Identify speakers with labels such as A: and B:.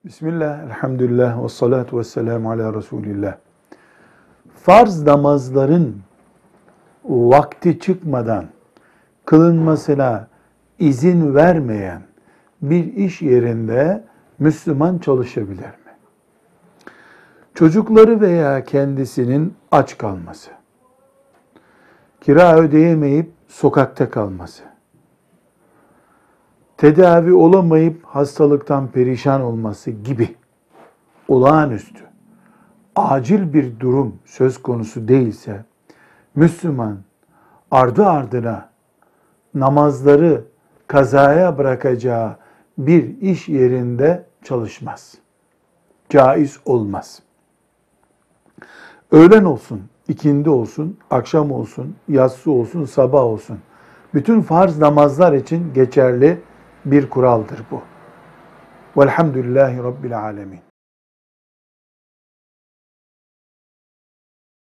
A: Bismillah, elhamdülillah, ve salatu ve selamu ala Resulillah. Farz namazların vakti çıkmadan kılınmasına izin vermeyen bir iş yerinde Müslüman çalışabilir mi? Çocukları veya kendisinin aç kalması, kira ödeyemeyip sokakta kalması, tedavi olamayıp hastalıktan perişan olması gibi olağanüstü, acil bir durum söz konusu değilse, Müslüman ardı ardına namazları kazaya bırakacağı bir iş yerinde çalışmaz. Caiz olmaz. Öğlen olsun, ikindi olsun, akşam olsun, yatsı olsun, sabah olsun. Bütün farz namazlar için geçerli bir kuraldır bu. Velhamdülillahi Rabbil alemin.